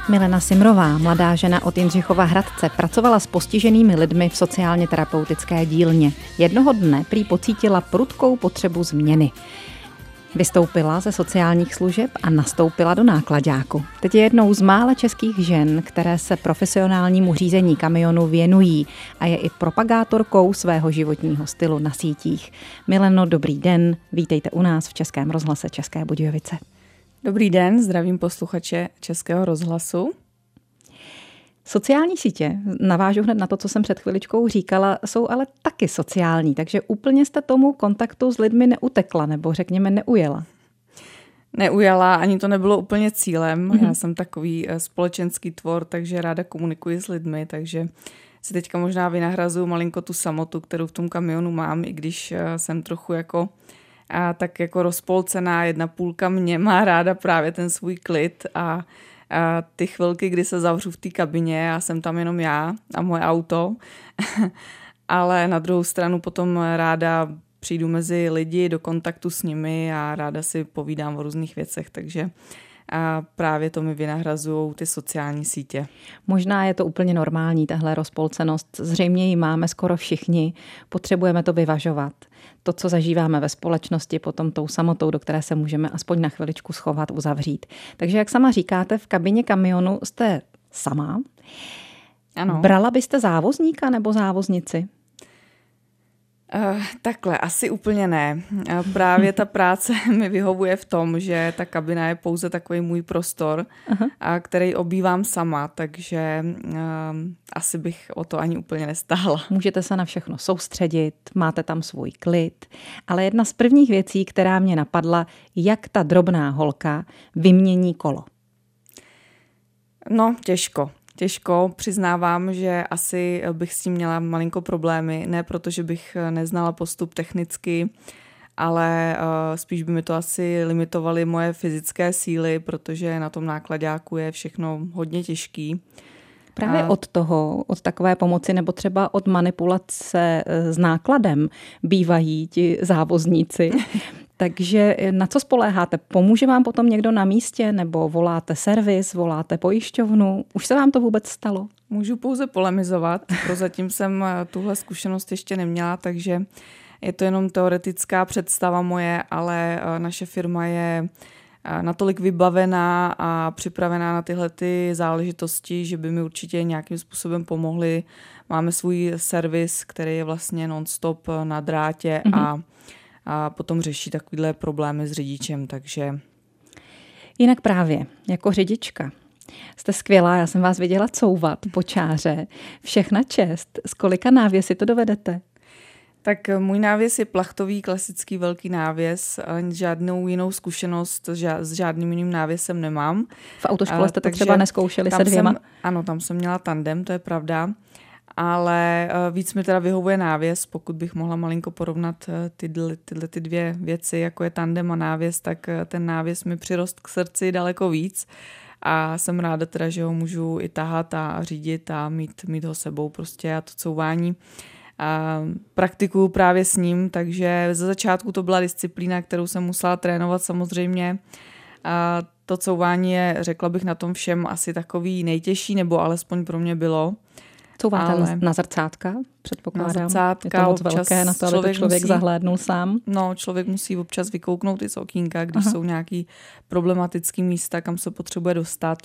Milena Simrová, mladá žena od Jindřichova Hradce, pracovala s postiženými lidmi v sociálně terapeutické dílně. Jednoho dne prý pocítila prudkou potřebu změny. Vystoupila ze sociálních služeb a nastoupila do náklaďáku. Teď je jednou z mála českých žen, které se profesionálnímu řízení kamionu věnují a je i propagátorkou svého životního stylu na sítích. Mileno, dobrý den, vítejte u nás v Českém rozhlase České Budějovice. Dobrý den, zdravím posluchače Českého rozhlasu. Sociální sítě, navážu hned na to, co jsem před chviličkou říkala, jsou ale taky sociální, takže úplně jste tomu kontaktu s lidmi neutekla, nebo řekněme neujela. Neujela, ani to nebylo úplně cílem. Já jsem takový společenský tvor, takže ráda komunikuji s lidmi, takže si teďka možná vynahrazuju malinko tu samotu, kterou v tom kamionu mám, i když jsem trochu tak jako rozpolcená, jedna půlka mě má ráda právě ten svůj klid a ty chvilky, kdy se zavřu v té kabině a jsem tam jenom já a moje auto, ale na druhou stranu potom ráda přijdu mezi lidi do kontaktu s nimi a ráda si povídám o různých věcech, takže a právě to mi vynahrazují ty sociální sítě. Možná je to úplně normální, tahle rozpolcenost. Zřejmě ji máme skoro všichni. Potřebujeme to vyvažovat. To, co zažíváme ve společnosti, potom tou samotou, do které se můžeme aspoň na chviličku schovat, uzavřít. Takže jak sama říkáte, v kabině kamionu jste sama. Ano. Brala byste závozníka nebo závoznici? Takhle, asi úplně ne. Právě ta práce mi vyhovuje v tom, že ta kabina je pouze takový můj prostor, který obývám sama, takže asi bych o to ani úplně nestála. Můžete se na všechno soustředit, máte tam svůj klid, ale jedna z prvních věcí, která mě napadla, jak ta drobná holka vymění kolo. No, Těžko, přiznávám, že asi bych s tím měla malinko problémy, ne protože bych neznala postup technicky, ale spíš by mi to asi limitovaly moje fyzické síly, protože na tom náklaďáku je všechno hodně těžký. Právě od takové pomoci nebo třeba od manipulace s nákladem bývají ti závozníci. Takže na co spoléháte? Pomůže vám potom někdo na místě nebo voláte servis, voláte pojišťovnu? Už se vám to vůbec stalo? Můžu pouze polemizovat. Prozatím jsem tuhle zkušenost ještě neměla, takže je to jenom teoretická představa moje, ale naše firma je natolik vybavená a připravená na tyhle ty záležitosti, že by mi určitě nějakým způsobem pomohli. Máme svůj servis, který je vlastně non-stop na drátě a potom řeší takovýhle problémy s řidičem, takže... Jinak právě, jako řidička, jste skvělá, já jsem vás viděla couvat po čáře. Všechna čest, z kolika návěsy to dovedete? Tak můj návěs je plachtový, klasický velký návěs, žádnou jinou zkušenost s žádným jiným návěsem nemám. V autoškole jste to třeba neskoušeli se dvěma? Ano, tam jsem měla tandem, to je pravda. Ale víc mi teda vyhovuje návěs, pokud bych mohla malinko porovnat tyhle ty dvě věci, jako je tandem a návěs, tak ten návěs mi přirost k srdci daleko víc a jsem ráda teda, že ho můžu i tahat a řídit a mít ho sebou prostě a to couvání. A praktikuju právě s ním, takže ze začátku to byla disciplína, kterou jsem musela trénovat samozřejmě. A to couvání je, řekla bych, na tom všem asi takový nejtěžší, nebo alespoň pro mě bylo. Couváte na zrcátka, předpokládám. Na zrcátka, je to moc velké na to, aby to člověk zahlédnul sám. No, člověk musí občas vykouknout i z okýnka, když jsou nějaký problematický místa, kam se potřebuje dostat.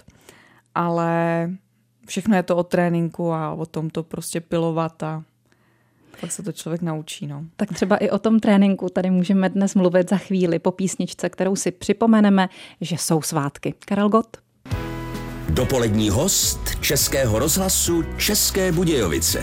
Ale všechno je to o tréninku a o tom to prostě pilovat a pak se to člověk naučí. No. Tak třeba i o tom tréninku tady můžeme dnes mluvit za chvíli po písničce, kterou si připomeneme, že jsou svátky. Karel Gott. Dopolední host Českého rozhlasu České Budějovice.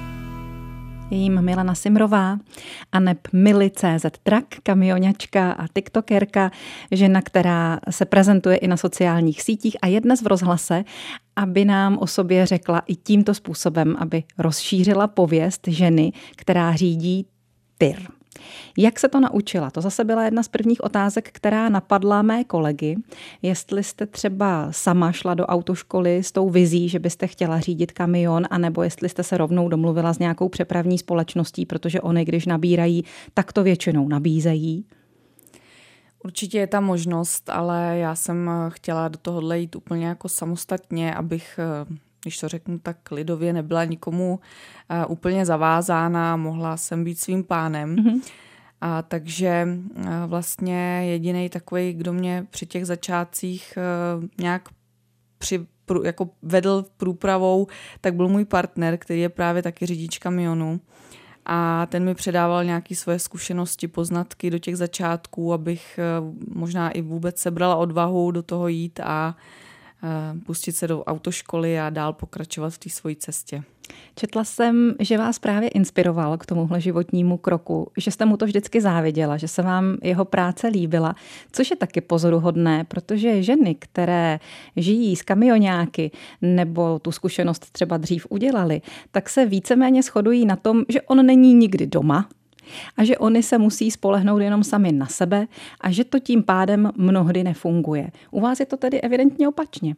Je jím Milena Simrová a neb Mili.cz Trak, kamioňačka a tiktokerka, žena, která se prezentuje i na sociálních sítích a je dnes v rozhlase, aby nám o sobě řekla i tímto způsobem, aby rozšířila pověst ženy, která řídí TIR. Jak se to naučila? To zase byla jedna z prvních otázek, která napadla mé kolegy. Jestli jste třeba sama šla do autoškoly s tou vizí, že byste chtěla řídit kamion, anebo jestli jste se rovnou domluvila s nějakou přepravní společností, protože oni, když nabírají, tak to většinou nabízejí. Určitě je ta možnost, ale já jsem chtěla do tohohle jít úplně jako samostatně, abych, když to řeknu tak lidově, nebyla nikomu úplně zavázána, mohla jsem být svým pánem. Mm-hmm. A takže vlastně jedinej takovej, kdo mě při těch začátcích nějak jako vedl průpravou, tak byl můj partner, který je právě taky řidič kamionu. A ten mi předával nějaké svoje zkušenosti, poznatky do těch začátků, abych možná i vůbec sebrala odvahu do toho jít a pustit se do autoškoly a dál pokračovat v té svojí cestě. Četla jsem, že vás právě inspiroval k tomuhle životnímu kroku, že jste mu to vždycky záviděla, že se vám jeho práce líbila, což je taky pozoruhodné, protože ženy, které žijí s kamioňáky nebo tu zkušenost třeba dřív udělali, tak se víceméně shodují na tom, že on není nikdy doma a že oni se musí spolehnout jenom sami na sebe a že to tím pádem mnohdy nefunguje. U vás je to tedy evidentně opačně.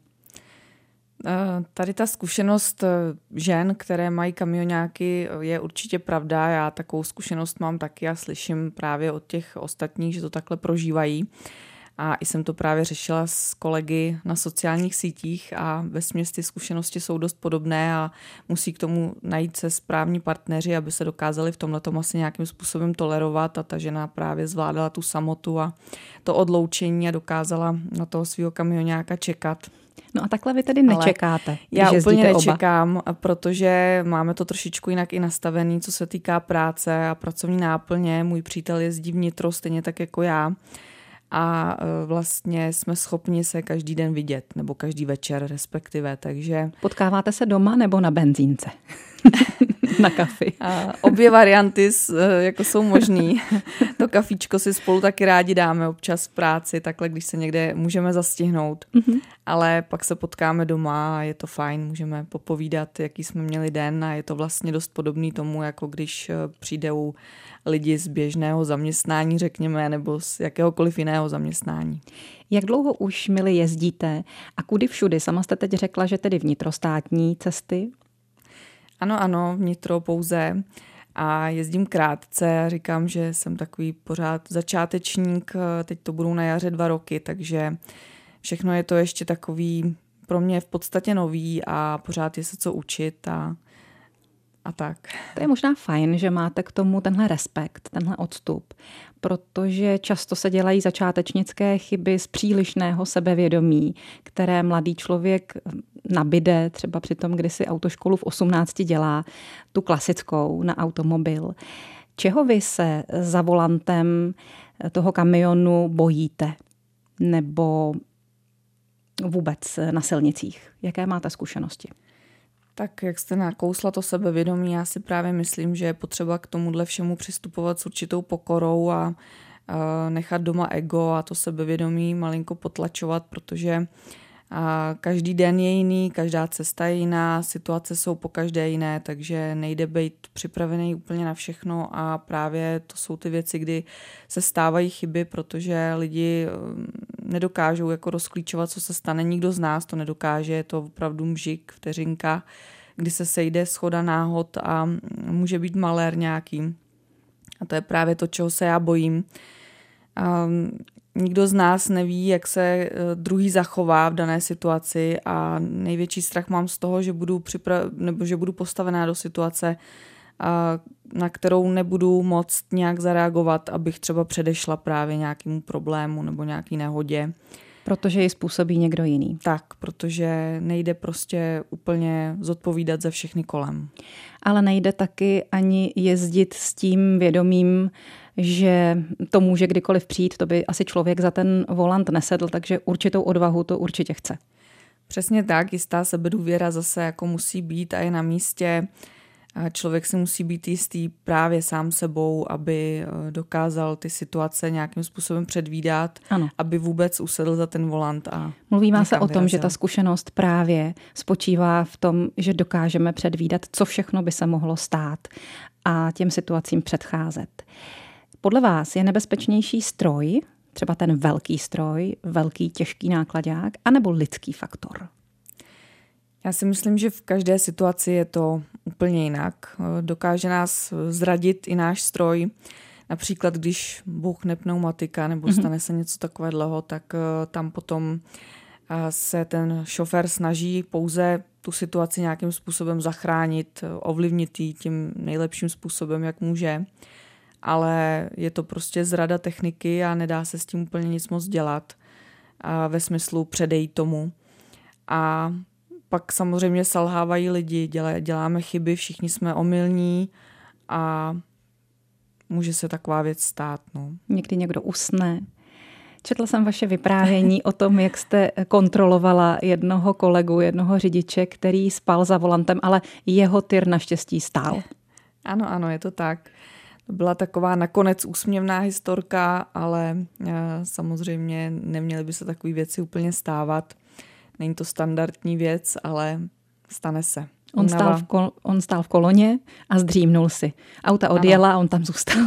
Tady ta zkušenost žen, které mají kamioňáky, je určitě pravda. Já takovou zkušenost mám taky a slyším právě od těch ostatních, že to takhle prožívají. A i jsem to právě řešila s kolegy na sociálních sítích a vesměs ty zkušenosti jsou dost podobné a musí k tomu najít se správní partneři, aby se dokázali v tomhletom asi nějakým způsobem tolerovat a ta žena právě zvládala tu samotu a to odloučení a dokázala na toho svého kamioňáka čekat. No a takhle vy tedy nečekáte. Já úplně nečekám, protože máme to trošičku jinak i nastavený, co se týká práce a pracovní náplně. Můj přítel jezdí vnitro stejně tak jako já. A vlastně jsme schopni se každý den vidět, nebo každý večer respektive, takže... Potkáváte se doma nebo na benzínce? Na kafi. Obě varianty jako jsou možný. To kafíčko si spolu taky rádi dáme občas v práci, takhle, když se někde můžeme zastihnout. Mm-hmm. Ale pak se potkáme doma a je to fajn, můžeme popovídat, jaký jsme měli den a je to vlastně dost podobný tomu, jako když přijdou lidi z běžného zaměstnání, řekněme, nebo z jakéhokoliv jiného zaměstnání. Jak dlouho už, Mili, jezdíte a kudy všudy? Sama jste teď řekla, že tedy vnitrostátní cesty? Ano, vnitro pouze a jezdím krátce. Říkám, že jsem takový pořád začátečník, teď to budou na jaře 2 roky, takže všechno je to ještě takový pro mě v podstatě nový a pořád je se co učit a tak. To je možná fajn, že máte k tomu tenhle respekt, tenhle odstup, protože často se dělají začátečnické chyby z přílišného sebevědomí, které mladý člověk nabide třeba při tom, kdy si autoškolu v 18 dělá, tu klasickou na automobil. Čeho vy se za volantem toho kamionu bojíte? Nebo vůbec na silnicích? Jaké máte zkušenosti? Tak jak jste nakousla to sebevědomí, já si právě myslím, že je potřeba k tomuhle všemu přistupovat s určitou pokorou a nechat doma ego a to sebevědomí malinko potlačovat, protože každý den je jiný, každá cesta je jiná, situace jsou po každé jiné, takže nejde být připravený úplně na všechno a právě to jsou ty věci, kdy se stávají chyby, protože lidi nedokážou jako rozklíčovat, co se stane. Nikdo z nás to nedokáže, je to opravdu mžik, vteřinka, kdy se sejde shoda náhod a může být malér nějaký. A to je právě to, čeho se já bojím. Nikdo z nás neví, jak se druhý zachová v dané situaci a největší strach mám z toho, že budu postavená do situace, na kterou nebudu moct nějak zareagovat, abych třeba předešla právě nějakému problému nebo nějaký nehodě. Protože ji způsobí někdo jiný. Tak, protože nejde prostě úplně zodpovídat za všechny kolem. Ale nejde taky ani jezdit s tím vědomím, že to může kdykoliv přijít, to by asi člověk za ten volant nesedl, takže určitou odvahu to určitě chce. Přesně tak, jistá sebedůvěra zase jako musí být a je na místě. Člověk si musí být jistý právě sám sebou, aby dokázal ty situace nějakým způsobem předvídat, ano. Aby vůbec usedl za ten volant. Mluvíme se o tom, že ta zkušenost právě spočívá v tom, že dokážeme předvídat, co všechno by se mohlo stát a těm situacím předcházet. Podle vás je nebezpečnější stroj, třeba ten velký stroj, velký těžký nákladák, anebo lidský faktor? Já si myslím, že v každé situaci je to úplně jinak. Dokáže nás zradit i náš stroj, například když bouchne pneumatika nebo stane se něco takového, tak tam potom se ten šofér snaží pouze tu situaci nějakým způsobem zachránit, ovlivnit ji tím nejlepším způsobem, jak může. Ale je to prostě zrada techniky a nedá se s tím úplně nic moc dělat ve smyslu předejít tomu. A pak samozřejmě selhávají lidi, děláme chyby, všichni jsme omylní a může se taková věc stát. No. Někdy někdo usne. Četla jsem vaše vyprávění o tom, jak jste kontrolovala jednoho kolegu, jednoho řidiče, který spal za volantem, ale jeho tyr naštěstí stál. Ano, je to tak. To byla taková nakonec úsměvná historka, ale samozřejmě neměly by se takové věci úplně stávat. Není to standardní věc, ale stane se. On stál v koloně a zdřímnul si. Auta odjela a on tam zůstal.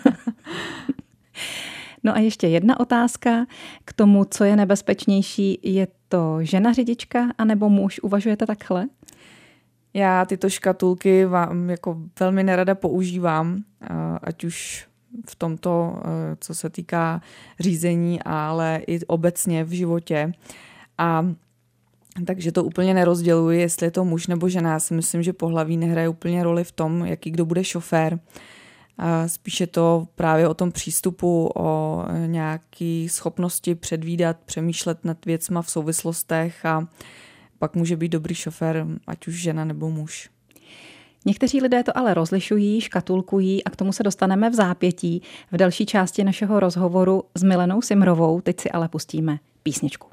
No a ještě jedna otázka k tomu, co je nebezpečnější. Je to žena řidička anebo muž? Uvažujete takhle? Já tyto škatulky jako velmi nerada používám, ať už v tomto, co se týká řízení, ale i obecně v životě. A takže to úplně nerozděluji, jestli je to muž nebo žena. Já si myslím, že pohlaví nehraje úplně roli v tom, jaký kdo bude šofér. Spíše to právě o tom přístupu, o nějaké schopnosti předvídat, přemýšlet nad věcma v souvislostech a pak může být dobrý šofér, ať už žena nebo muž. Někteří lidé to ale rozlišují, škatulkují a k tomu se dostaneme v zápětí v další části našeho rozhovoru s Milenou Simrovou. Teď si ale pustíme písničku.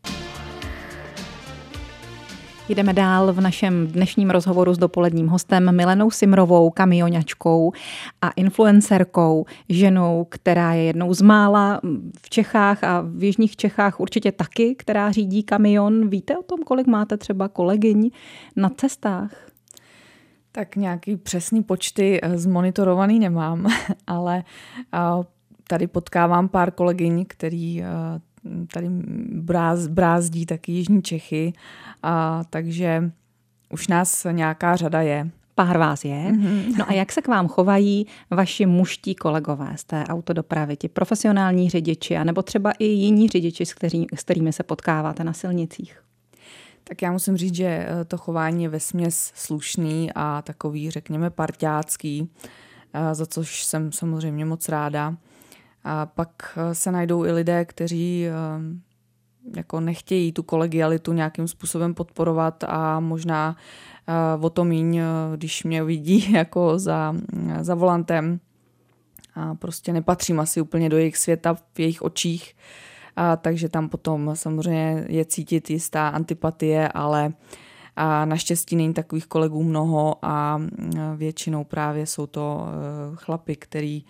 Jdeme dál v našem dnešním rozhovoru s dopoledním hostem Milenou Simrovou, kamioňačkou a influencerkou, ženou, která je jednou z mála v Čechách a v jižních Čechách určitě taky, která řídí kamion. Víte o tom, kolik máte třeba kolegyň na cestách? Tak nějaký přesný počty zmonitorovaný nemám, ale tady potkávám pár kolegyň, který tady brázdí taky jižní Čechy, takže už nás nějaká řada je. Pár vás je. Mm-hmm. No a jak se k vám chovají vaši mužští kolegové z té autodopravy, ti profesionální řidiči, anebo třeba i jiní řidiči, s kterými se potkáváte na silnicích? Tak já musím říct, že to chování je vesměs slušný a takový, řekněme, parťácký, za což jsem samozřejmě moc ráda. A pak se najdou i lidé, kteří jako nechtějí tu kolegialitu nějakým způsobem podporovat a možná o to míň, když mě vidí jako za volantem a prostě nepatřím asi úplně do jejich světa v jejich očích, takže tam potom samozřejmě je cítit jistá antipatie, ale naštěstí není takových kolegů mnoho a většinou právě jsou to chlapi, který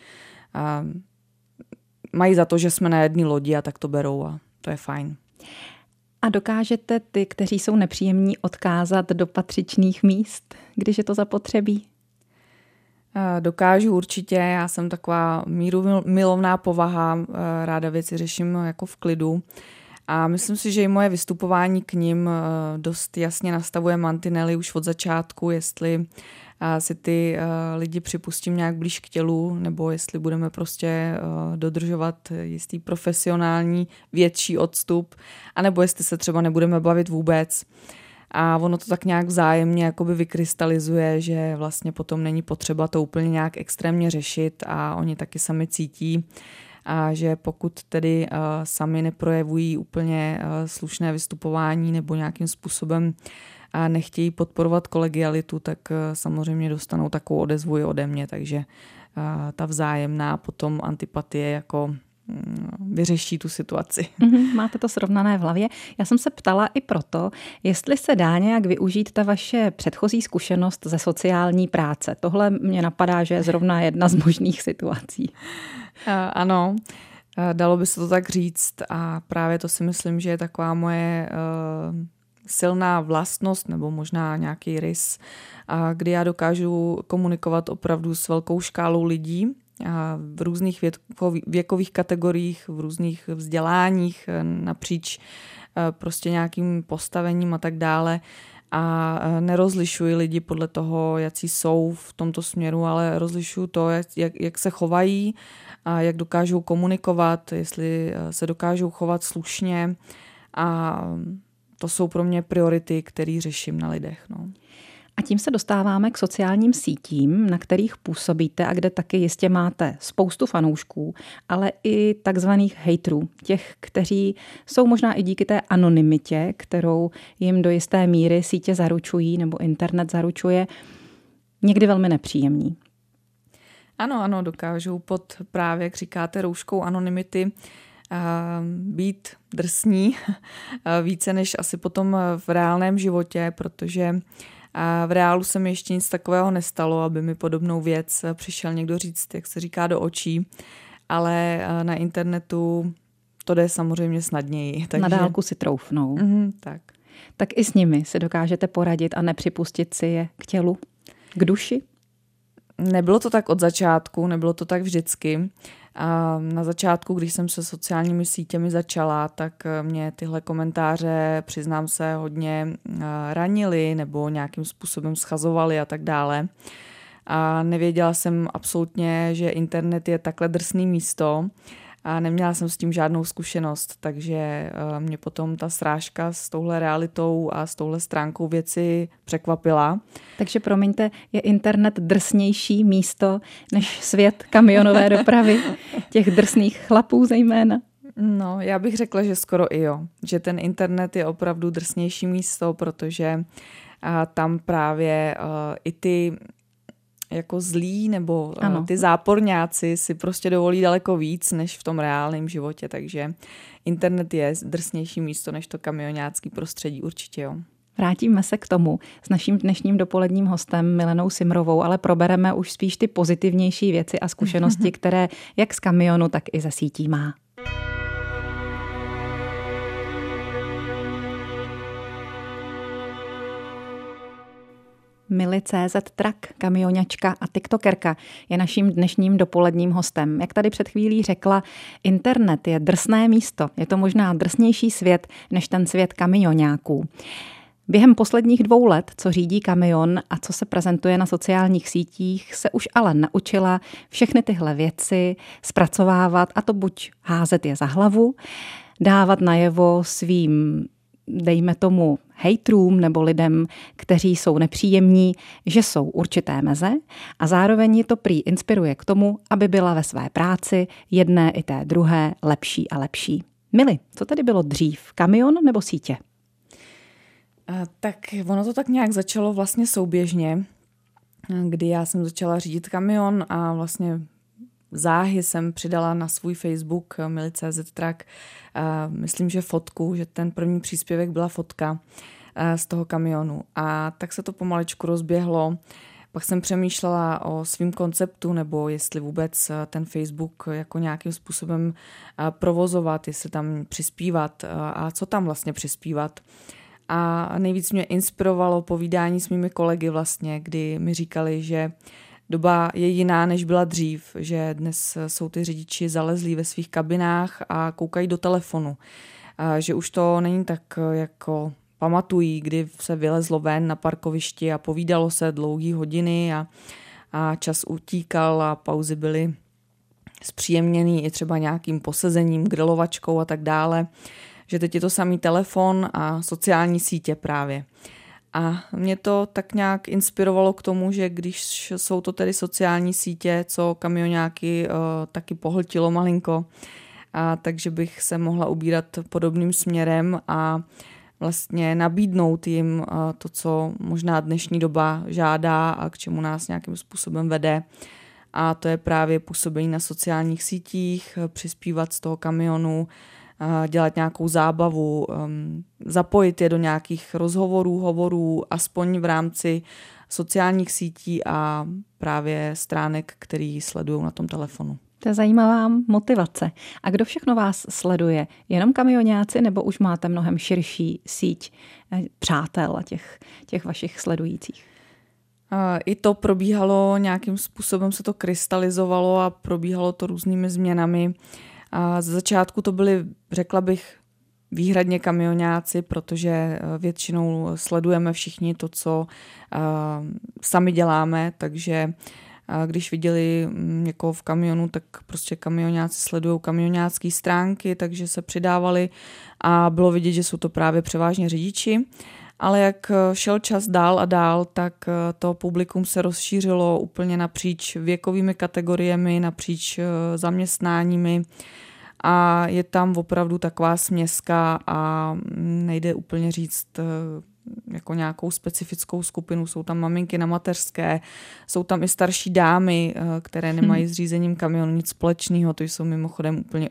mají za to, že jsme na jedné lodi a tak to berou a to je fajn. A dokážete ty, kteří jsou nepříjemní, odkázat do patřičných míst, když je to zapotřebí? Dokážu určitě, já jsem taková mírumilovná povaha, ráda věci řeším jako v klidu a myslím si, že i moje vystupování k nim dost jasně nastavuje mantinely už od začátku, jestli si ty lidi připustím nějak blíž k tělu, nebo jestli budeme prostě dodržovat jistý profesionální větší odstup, anebo jestli se třeba nebudeme bavit vůbec. A ono to tak nějak vzájemně jakoby vykrystalizuje, že vlastně potom není potřeba to úplně nějak extrémně řešit a oni taky sami cítí, a že pokud tedy sami neprojevují úplně slušné vystupování nebo nějakým způsobem a nechtějí podporovat kolegialitu, tak samozřejmě dostanou takovou odezvu i ode mě, takže ta vzájemná potom antipatie jako vyřeší tu situaci. Máte to srovnané v hlavě. Já jsem se ptala i proto, jestli se dá nějak využít ta vaše předchozí zkušenost ze sociální práce. Tohle mě napadá, že je zrovna jedna z možných situací. Ano, dalo by se to tak říct a právě to si myslím, že je taková moje silná vlastnost nebo možná nějaký rys, kdy já dokážu komunikovat opravdu s velkou škálou lidí v různých věkových kategoriích, v různých vzděláních, napříč prostě nějakým postavením a tak dále. a nerozlišuji lidi podle toho, jaký jsou v tomto směru, ale rozlišuju to, jak se chovají a jak dokážou komunikovat, jestli se dokážou chovat slušně a to jsou pro mě priority, které řeším na lidech. No. A tím se dostáváme k sociálním sítím, na kterých působíte a kde taky jistě máte spoustu fanoušků, ale i takzvaných hejtrů, těch, kteří jsou možná i díky té anonymitě, kterou jim do jisté míry sítě zaručují nebo internet zaručuje, někdy velmi nepříjemní. Ano, dokážou pod právě, jak říkáte, rouškou anonymity být drsní více než asi potom v reálném životě, protože v reálu se mi ještě nic takového nestalo, aby mi podobnou věc přišel někdo říct, jak se říká, do očí, ale na internetu to jde samozřejmě snadněji. Takže... Na dálku si troufnou. Tak. Tak i s nimi se dokážete poradit a nepřipustit si je k tělu, k duši? Nebylo to tak od začátku, nebylo to tak vždycky. A na začátku, když jsem se sociálními sítěmi začala, tak mě tyhle komentáře, přiznám se, hodně ranily nebo nějakým způsobem schazovaly a tak dále. A nevěděla jsem absolutně, že internet je takhle drsný místo a neměla jsem s tím žádnou zkušenost, takže mě potom ta srážka s touhle realitou a s touhle stránkou věci překvapila. Takže promiňte, je internet drsnější místo než svět kamionové dopravy, těch drsných chlapů zejména? No, já bych řekla, že skoro i jo, že ten internet je opravdu drsnější místo, protože tam právě i ty jako zlí nebo ty záporňáci si prostě dovolí daleko víc než v tom reálném životě, takže internet je drsnější místo než to kamioňácký prostředí, určitě jo. Vrátíme se k tomu s naším dnešním dopoledním hostem Milenou Simrovou, ale probereme už spíš ty pozitivnější věci a zkušenosti, které jak z kamionu, tak i ze sítí má. Mili.cz Trak, kamioňačka a tiktokerka je naším dnešním dopoledním hostem. Jak tady před chvílí řekla, internet je drsné místo. Je to možná drsnější svět než ten svět kamioňáků. Během posledních 2 let, co řídí Kamion a co se prezentuje na sociálních sítích, se už ale naučila všechny tyhle věci zpracovávat, a to buď házet je za hlavu, dávat najevo svým, dejme tomu, hejtrům nebo lidem, kteří jsou nepříjemní, že jsou určité meze, a zároveň ji to prý inspiruje k tomu, aby byla ve své práci jedné i té druhé lepší a lepší. Mili, co tedy bylo dřív, Kamion nebo sítě? Tak ono to tak nějak začalo vlastně souběžně, kdy já jsem začala řídit Kamion a vlastně záhy jsem přidala na svůj Facebook Mili.cz Trak, myslím, že fotku, že ten první příspěvek byla fotka z toho kamionu. A tak se to pomalečku rozběhlo. Pak jsem přemýšlela o svým konceptu, nebo jestli vůbec ten Facebook jako nějakým způsobem provozovat, jestli tam přispívat a co tam vlastně přispívat. A nejvíc mě inspirovalo povídání s mými kolegy vlastně, kdy mi říkali, že doba je jiná, než byla dřív, že dnes jsou ty řidiči zalezlí ve svých kabinách a koukají do telefonu. Že už to není tak, jako pamatují, kdy se vylezlo ven na parkovišti a povídalo se dlouhý hodiny a čas utíkal a pauzy byly zpříjemněný i třeba nějakým posezením, grilovačkou a tak dále. Že teď je to samý telefon a sociální sítě právě. A mě to tak nějak inspirovalo k tomu, že když jsou to tedy sociální sítě, co kamioňáky taky pohltilo malinko, takže bych se mohla ubírat podobným směrem a vlastně nabídnout jim to, co možná dnešní doba žádá a k čemu nás nějakým způsobem vede. A to je právě působení na sociálních sítích, přispívat z toho kamionu, dělat nějakou zábavu, zapojit je do nějakých hovorů, aspoň v rámci sociálních sítí a právě stránek, který sledují na tom telefonu. To je zajímavá motivace. A kdo všechno vás sleduje? Jenom kamioňáci, nebo už máte mnohem širší síť přátel a těch vašich sledujících? I to probíhalo, nějakým způsobem se to krystalizovalo a probíhalo to různými změnami. A z začátku to byly, řekla bych, výhradně kamionáci, protože většinou sledujeme všichni to, co sami děláme, takže když viděli někoho v kamionu, tak prostě kamionáci sledují kamionácké stránky, takže se přidávali a bylo vidět, že jsou to právě převážně řidiči. Ale jak šel čas dál a dál, tak to publikum se rozšířilo úplně napříč věkovými kategoriemi, napříč zaměstnáními a je tam opravdu taková směska a nejde úplně říct jako nějakou specifickou skupinu. Jsou tam maminky na mateřské, jsou tam i starší dámy, které nemají s řízením kamionu nic společného, to jsou mimochodem úplně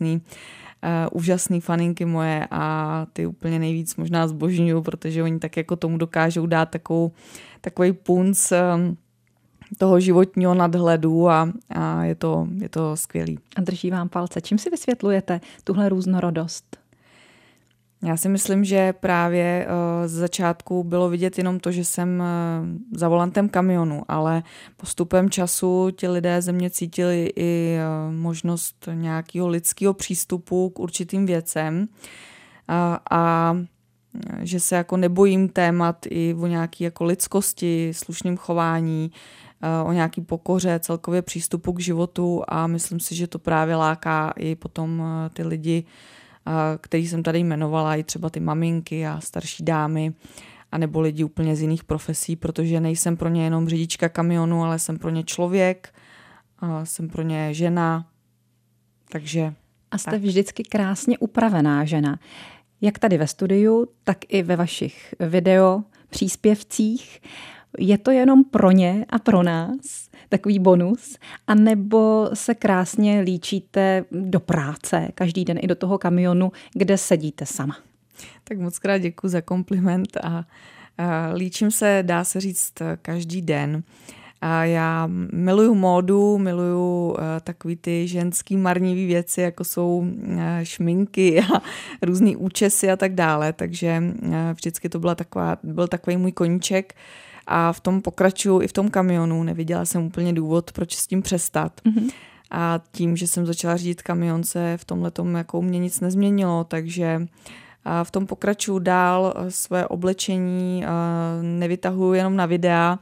úžasný faninky moje a ty úplně nejvíc možná zbožňuju, protože oni tak jako tomu dokážou dát takový punc toho životního nadhledu a je to skvělý. A drží vám palce. Čím si vysvětlujete tuhle různorodost? Já si myslím, že právě z začátku bylo vidět jenom to, že jsem za volantem kamionu, ale postupem času ti lidé ze mě cítili i možnost nějakého lidského přístupu k určitým věcem a že se jako nebojím témat i o nějaké jako lidskosti, slušným chování, o nějaký pokoře, celkově přístupu k životu a myslím si, že to právě láká i potom ty lidi, který jsem tady jmenovala, i třeba ty maminky a starší dámy, anebo lidi úplně z jiných profesí, protože nejsem pro ně jenom řidička kamionu, ale jsem pro ně člověk, jsem pro ně žena, takže... A jste vždycky krásně upravená žena. Jak tady ve studiu, tak i ve vašich video příspěvcích. Je to jenom pro ně a pro nás takový bonus, anebo se krásně líčíte do práce každý den i do toho kamionu, kde sedíte sama? Tak moc krát děkuji za kompliment a líčím se, dá se říct, každý den. A já miluju módu, miluju takový ty ženský marnivý věci, jako jsou šminky a různý účesy a tak dále, takže vždycky to byl takový můj koníček a v tom pokračuju i v tom kamionu. Neviděla jsem úplně důvod, proč s tím přestat. Mm-hmm. A tím, že jsem začala řídit kamion, se v tomhletom jako mě nic nezměnilo, takže v tom pokračuju dál, své oblečení nevytahuju jenom na videa,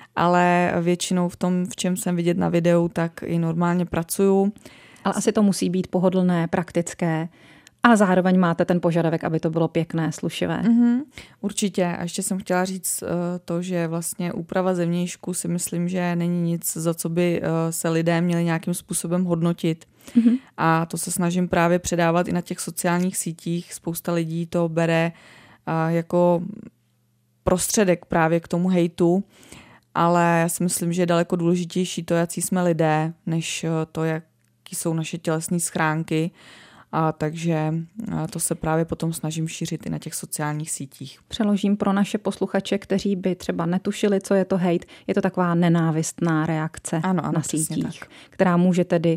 ale většinou v tom, v čem jsem vidět na videu, tak i normálně pracuju. Ale asi to musí být pohodlné, praktické, ale zároveň máte ten požadavek, aby to bylo pěkné, slušivé. Mm-hmm, určitě. A ještě jsem chtěla říct to, že vlastně úprava zevnějšku si myslím, že není nic, za co by se lidé měli nějakým způsobem hodnotit. Mm-hmm. A to se snažím právě předávat i na těch sociálních sítích. Spousta lidí to bere jako prostředek právě k tomu hejtu, ale já si myslím, že je daleko důležitější to, jaký jsme lidé, než to, jaký jsou naše tělesné schránky. A takže to se právě potom snažím šířit i na těch sociálních sítích. Přeložím pro naše posluchače, kteří by třeba netušili, co je to hejt. Je to taková nenávistná reakce ano, na sítích, tak. Která může tedy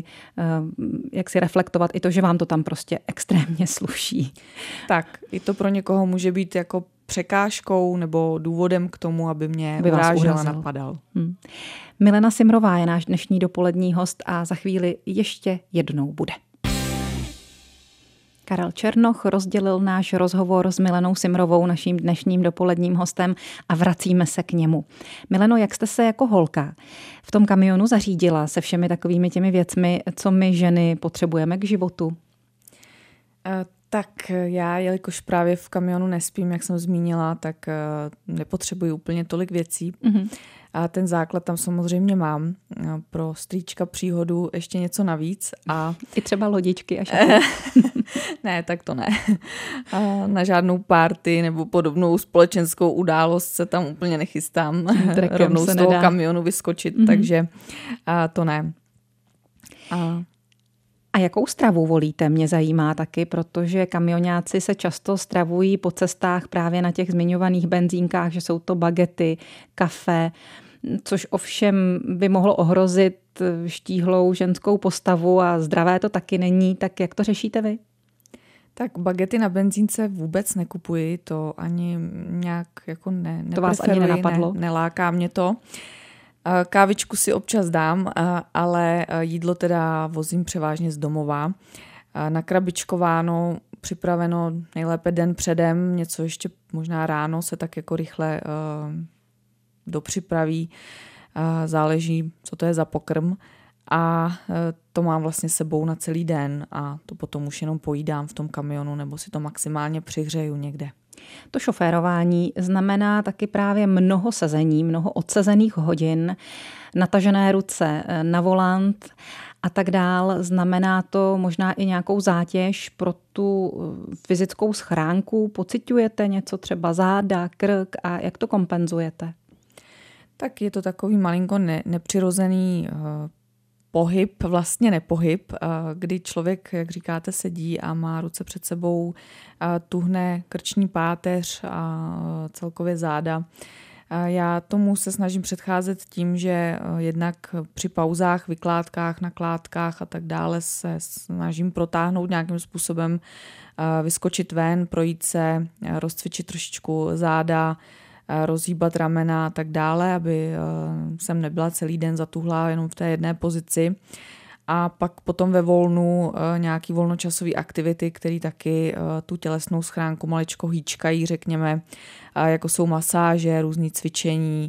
jak si reflektovat i to, že vám to tam prostě extrémně sluší. Tak, i to pro někoho může být jako překážkou nebo důvodem k tomu, aby mě urážel a napadal. Milena Simrová je náš dnešní dopolední host a za chvíli ještě jednou bude. Karel Černoch rozdělil náš rozhovor s Milenou Simrovou, naším dnešním dopoledním hostem, a vracíme se k němu. Mileno, jak jste se jako holka v tom kamionu zařídila se všemi takovými těmi věcmi, co my ženy potřebujeme k životu? Tak já, jelikož právě v kamionu nespím, jak jsem zmínila, tak nepotřebuji úplně tolik věcí. Mm-hmm. A ten základ tam samozřejmě mám. Pro strýčka příhodu ještě něco navíc. I třeba lodičky až. Ne, tak to ne. Na žádnou party nebo podobnou společenskou událost se tam úplně nechystám. Rovnou z toho kamionu vyskočit, takže to ne. A jakou stravu volíte? Mě zajímá taky, protože kamionáci se často stravují po cestách právě na těch zmiňovaných benzínkách, že jsou to bagety, kafe, což ovšem by mohlo ohrozit štíhlou ženskou postavu a zdravé to taky není. Tak jak to řešíte vy? Tak bagety na benzínce vůbec nekupuji, to ani nějak jako to vás ani nenapadlo? Neláká mě to. Kávičku si občas dám, ale jídlo teda vozím převážně z domova. Nakrabičkováno připraveno nejlépe den předem, něco ještě možná ráno se tak jako rychle dopřipraví, záleží, co to je za pokrm a to mám vlastně sebou na celý den a to potom už jenom pojídám v tom kamionu nebo si to maximálně přihřeju někde. To šoférování znamená taky právě mnoho sezení, mnoho odsezených hodin, natažené ruce na volant a tak dál. Znamená to možná i nějakou zátěž pro tu fyzickou schránku. Pociťujete něco, třeba záda, krk a jak to kompenzujete? Tak je to takový malinko nepřirozený pohyb, vlastně nepohyb, kdy člověk, jak říkáte, sedí a má ruce před sebou, tuhne krční páteř a celkově záda. Já tomu se snažím předcházet tím, že jednak při pauzách, vykládkách, nakládkách a tak dále se snažím protáhnout nějakým způsobem, vyskočit ven, projít se, rozcvičit trošičku záda, rozhýbat ramena a tak dále, aby jsem nebyla celý den zatuhlá jenom v té jedné pozici. A pak potom ve volnu nějaký volnočasový aktivity, které taky tu tělesnou schránku maličko hýčkají, řekněme, jako jsou masáže, různý cvičení.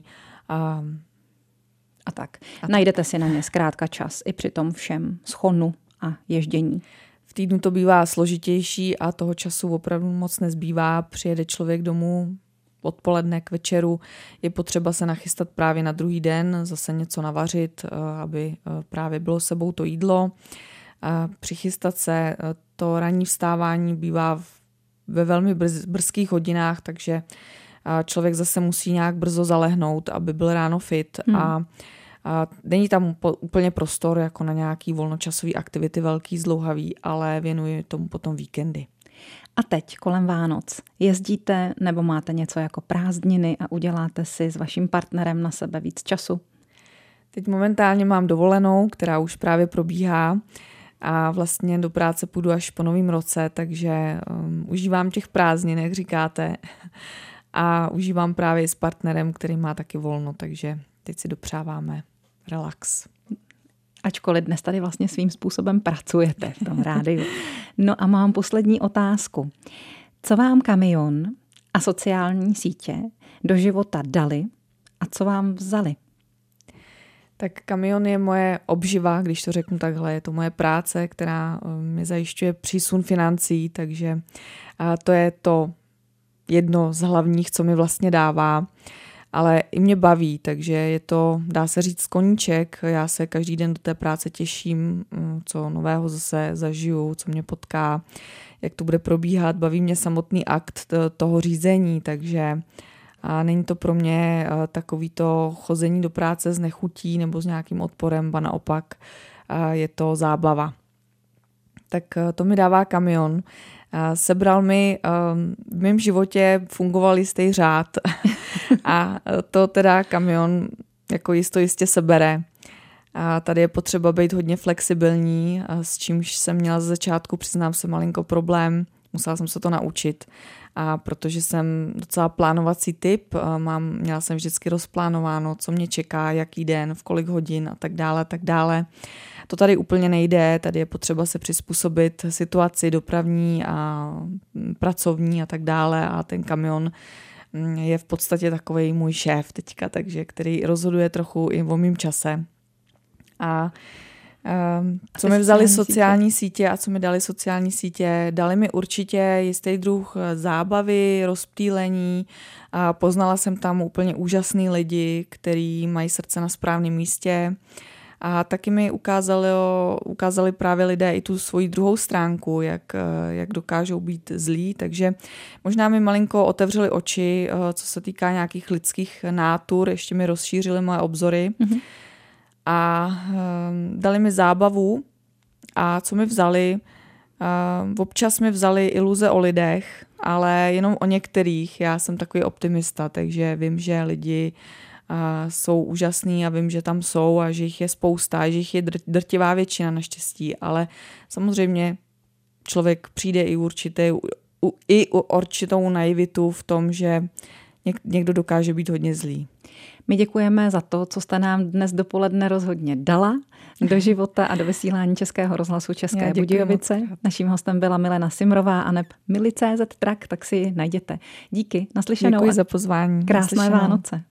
A tak. Najdete si na ně zkrátka čas i při tom všem schonu a ježdění. V týdnu to bývá složitější a toho času opravdu moc nezbývá. Přijede člověk domů odpoledne k večeru, je potřeba se nachystat právě na druhý den, zase něco navařit, aby právě bylo sebou to jídlo. Přichystat se, to ranní vstávání bývá ve velmi brzkých hodinách, takže člověk zase musí nějak brzo zalehnout, aby byl ráno fit a není tam úplně prostor jako na nějaký volnočasový aktivity velký, zdlouhavý, ale věnuji tomu potom víkendy. A teď kolem Vánoc jezdíte nebo máte něco jako prázdniny a uděláte si s vaším partnerem na sebe víc času? Teď momentálně mám dovolenou, která už právě probíhá a vlastně do práce půjdu až po novém roce, takže užívám těch prázdnin, jak říkáte, a užívám právě s partnerem, který má taky volno, takže teď si dopřáváme relax. Ačkoliv dnes tady vlastně svým způsobem pracujete v tom rádiu. No a mám poslední otázku. Co vám kamion a sociální sítě do života dali a co vám vzali? Tak kamion je moje obživa, když to řeknu takhle. Je to moje práce, která mi zajišťuje přísun financí, takže to je to jedno z hlavních, co mi vlastně dává. Ale i mě baví, takže je to, dá se říct, koníček. Já se každý den do té práce těším, co nového zase zažiju, co mě potká, jak to bude probíhat. Baví mě samotný akt toho řízení, takže není to pro mě takový to chození do práce s nechutí nebo s nějakým odporem, ba naopak je to zábava. Tak to mi dává kamion. Sebral mi, v mém životě fungoval jistý řád a to teda kamion jako jistě sebere. A tady je potřeba být hodně flexibilní, s čímž jsem měla ze začátku, přiznám se, malinko problém. Musela jsem se to naučit. A protože jsem docela plánovací typ, měla jsem vždycky rozplánováno, co mě čeká, jaký den, v kolik hodin a tak dále, tak dále. To tady úplně nejde, tady je potřeba se přizpůsobit situaci dopravní a pracovní a tak dále a ten kamion je v podstatě takovej můj šéf teďka, takže který rozhoduje trochu i o mým čase. A co mi vzali sociální sítě a co mi dali sociální sítě? Dali mi určitě jistý druh zábavy, rozptýlení. A poznala jsem tam úplně úžasný lidi, kteří mají srdce na správném místě. A taky mi ukázali právě lidé i tu svoji druhou stránku, jak dokážou být zlí. Takže možná mi malinko otevřeli oči, co se týká nějakých lidských nátur, ještě mi rozšířili moje obzory. Mm-hmm. A dali mi zábavu a co mi vzali, občas mi vzali iluze o lidech, ale jenom o některých. Já jsem takový optimista, takže vím, že lidi jsou úžasný a vím, že tam jsou a že jich je spousta, že jich je drtivá většina naštěstí, ale samozřejmě člověk přijde i určitou naivitu v tom, že někdo dokáže být hodně zlý. My děkujeme za to, co jste nám dnes dopoledne rozhodně dala do života a do vysílání Českého rozhlasu České Budějovice. Naším hostem byla Milena Simrová a neb Mili.cz Trak, tak si ji najděte. Díky, naslyšenou. Děkuji za pozvání. Krásné Vánoce.